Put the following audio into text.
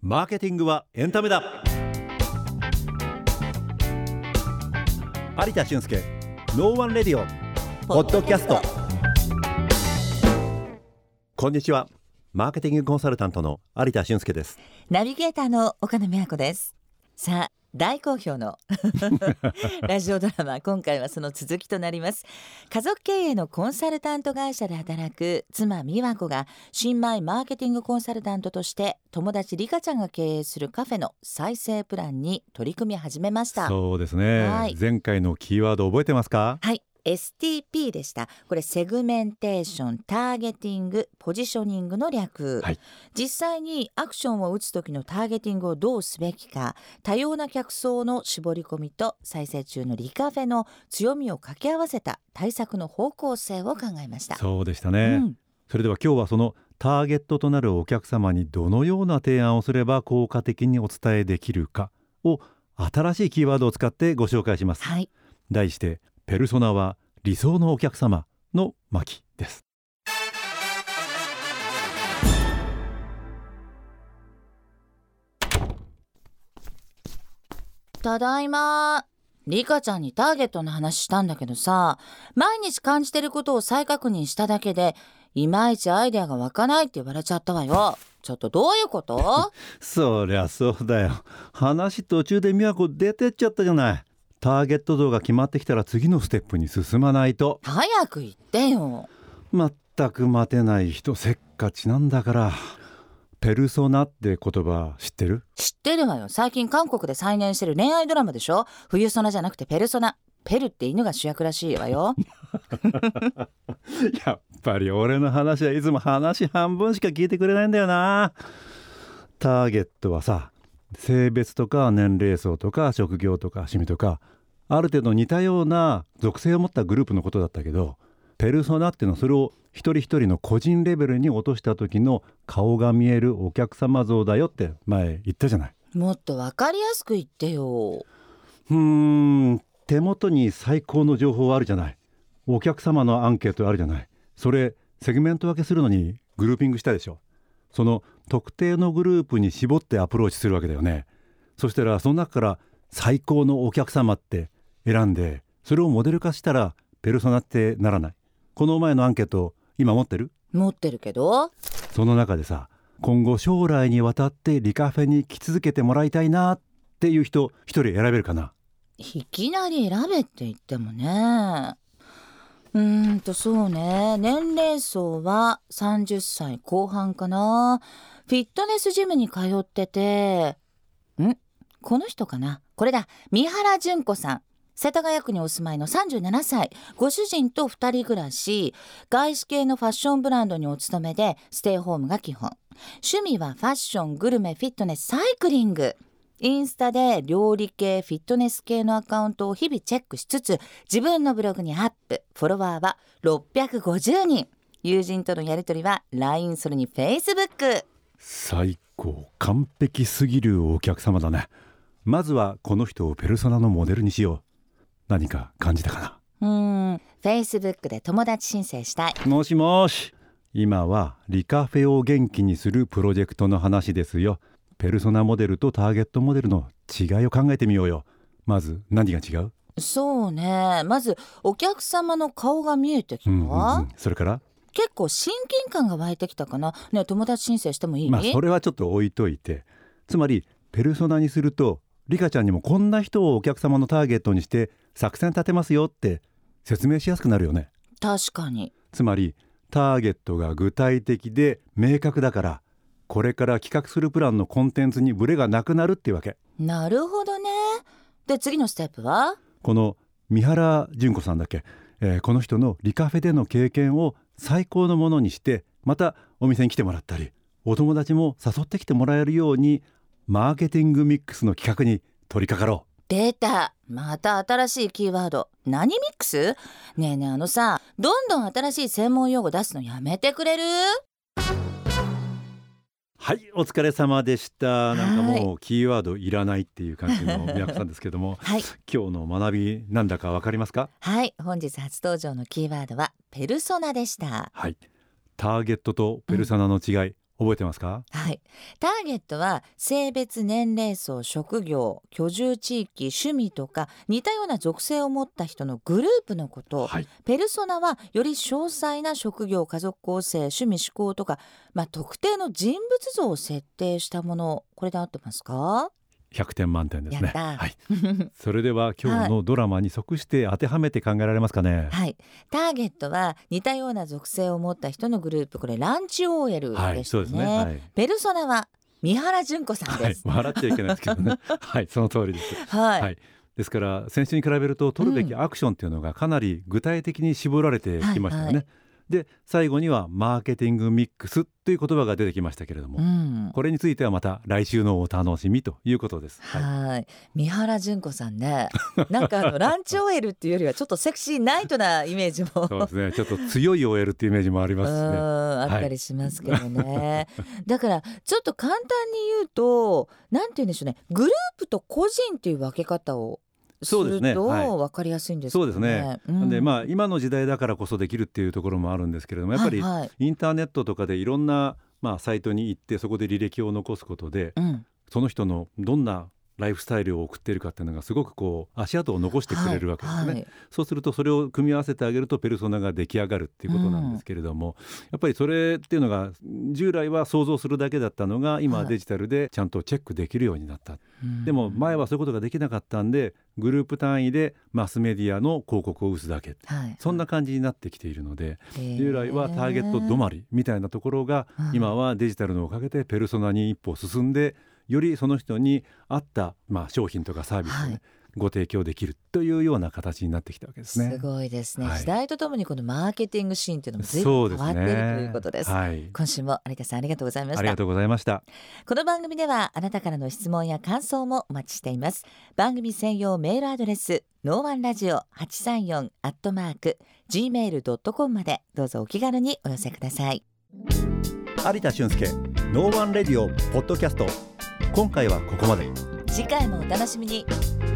マーケティングはエンタメだ。有田俊介ノーワンレディオポッドキャスト。こんにちは。マーケティングコンサルタントの有田俊介です。 ナビゲーターの岡野美和子です。さあ、大好評のラジオドラマ、今回はその続きとなります。家族経営のコンサルタント会社で働く妻美和子が新米マーケティングコンサルタントとして友達リカちゃんが経営するカフェの再生プランに取り組み始めました。 そうですね、 はい、 前回のキーワード覚えてますか？ はい、STP でした。これセグメンテーション、ターゲティング、ポジショニングの略、 はい、 実際にアクションを打つ時のターゲティングをどうすべきか、多様な客層の絞り込みと再生中のリカフェの強みを掛け合わせた対策の方向性を考えました。 そうでしたね、それでは今日はそのターゲットとなるお客様にどのような提案をすれば効果的にお伝えできるかを新しいキーワードを使ってご紹介します。 はい、 題してペルソナは理想のお客様の巻です。 ただいま。リカちゃんにターゲットの話したんだけどさ、毎日感じてることを再確認しただけでいまいちアイデアが湧かないって言われちゃったわよ。ちょっとどういうことそりゃそうだよ。話途中で美和子出てっちゃったじゃない。ターゲット像が決まってきたら次のステップに進まないと。 早く言ってよ。 全く待てない人せっかちなんだから。ペルソナって言葉知ってる？ 知ってるわよ。最近韓国で再燃してる恋愛ドラマでしょ。冬ソナじゃなくてペルソナ。ペルって犬が主役らしいわよやっぱり俺の話はいつも話半分しか聞いてくれないんだよな。ターゲットはさ、性別とか年齢層とか職業とか趣味とかある程度似たような属性を持ったグループのことだったけど、ペルソナっていうのはそれを一人一人の個人レベルに落とした時の顔が見えるお客様像だよって前言ったじゃない。 もっと分かりやすく言ってよ。 手元に最高の情報あるじゃない。お客様のアンケートあるじゃない。それセグメント分けするのにグルーピングしたでしょ。その特定のグループに絞ってアプローチするわけだよね。そしたらその中から最高のお客様って選んで、それをモデル化したらペルソナってならない。この前のアンケート今持ってる？ 持ってるけど、 その中でさ、今後将来にわたってリカフェに来続けてもらいたいなっていう人一人選べるかな？ いきなり選べって言ってもね。そうね、年齢層は30歳後半かな。フィットネスジムに通ってて、この人かな。これだ、三原純子さん。世田谷区にお住まいの37歳、ご主人と2人暮らし、外資系のファッションブランドにお勤めでステイホームが基本。趣味はファッション、グルメ、フィットネス、サイクリング。インスタで料理系、フィットネス系のアカウントを日々チェックしつつ、自分のブログにアップ。フォロワーは650人。友人とのやり取りは LINE、それに Facebook。 最高、完璧すぎるお客様だね。まずはこの人をペルソナのモデルにしよう。何か感じたかな ？Facebook で友達申請したい。 もしもし、今はリカフェを元気にするプロジェクトの話ですよ。ペルソナモデルとターゲットモデルの違いを考えてみようよ。まず何が違う？ そうね、まずお客様の顔が見えてきた、 それから結構親近感が湧いてきたかな。ね、友達申請してもいい？ それはちょっと置いといて、つまりペルソナにするとリカちゃんにもこんな人をお客様のターゲットにして作戦立てますよって説明しやすくなるよね。 確かに。 つまりターゲットが具体的で明確だから、これから企画するプランのコンテンツにブレがなくなるっていうわけ。 なるほどね。で、次のステップは？ この三原純子さんだっけ、この人のリカフェでの経験を最高のものにして、またお店に来てもらったりお友達も誘ってきてもらえるようにマーケティングミックスの企画に取り掛かろう。 出た、また新しいキーワード。何ミックス？ねえねえ、どんどん新しい専門用語出すのやめてくれる？ はい、お疲れ様でした。なんかもうキーワードいらないっていう感じの宮子さんですけども、 はい、 今日の学びなんだかわかりますか？ はい、本日初登場のキーワードはペルソナでした。 はい、ターゲットとペルソナの違い、 覚えてますか？ はい、ターゲットは性別、年齢層、職業、居住地域、趣味とか似たような属性を持った人のグループのこと、 はい、 ペルソナはより詳細な職業、家族構成、趣味、嗜好とか、特定の人物像を設定したもの、これで合ってますか 100点満点ですね。 やった、 はい、それでは今日のドラマに即して当てはめて考えられますかね？ はい、ターゲットは似たような属性を持った人のグループ、これランチ OL でしたね、 はい、そうですね。はい、 ペルソナは三原純子さんです、 はい、笑っちゃいけないですけどねはい、その通りです。 はい、 はい、ですから先週に比べると取るべきアクションっていうのがかなり具体的に絞られてきましたよね。 はいはい、 で最後にはマーケティングミックスという言葉が出てきましたけれども、これについてはまた来週のお楽しみということです。 はい、三原純子さんね、なんかランチ OL っていうよりはちょっとセクシーナイトなイメージもそうですね、ちょっと強い OL っていうイメージもありますしね、 あったりしますけどね、だからちょっと簡単に言うとなんて言うんでしょうね、グループと個人っていう分け方をすると分かりやすいんですよね。 そうですね、で今の時代だからこそできるっていうところもあるんですけれども、やっぱりインターネットとかでいろんな、サイトに行ってそこで履歴を残すことで、その人のどんなライフスタイルを送っているかっていうのがすごく足跡を残してくれるわけですね。そうするとそれを組み合わせてあげるとペルソナが出来上がるっていうことなんですけれども、やっぱりそれっていうのが従来は想像するだけだったのが今はデジタルでちゃんとチェックできるようになった、でも前はそういうことができなかったんでグループ単位でマスメディアの広告を打つだけ、そんな感じになってきているので、従来はターゲット止まりみたいなところが、今はデジタルのおかげでペルソナに一歩進んでよりその人に合った、商品とかサービスをご提供できるというような形になってきたわけですね。 すごいですね、時代とともにこのマーケティングシーンというのも随分変わっているということです。今週も有田さんありがとうございました。 ありがとうございました。 この番組ではあなたからの質問や感想もお待ちしています。番組専用メールアドレスno1radio834@gmail.com までどうぞお気軽にお寄せください。 有田俊介ノーワンレディオポッドキャスト、今回はここまで。 次回もお楽しみに。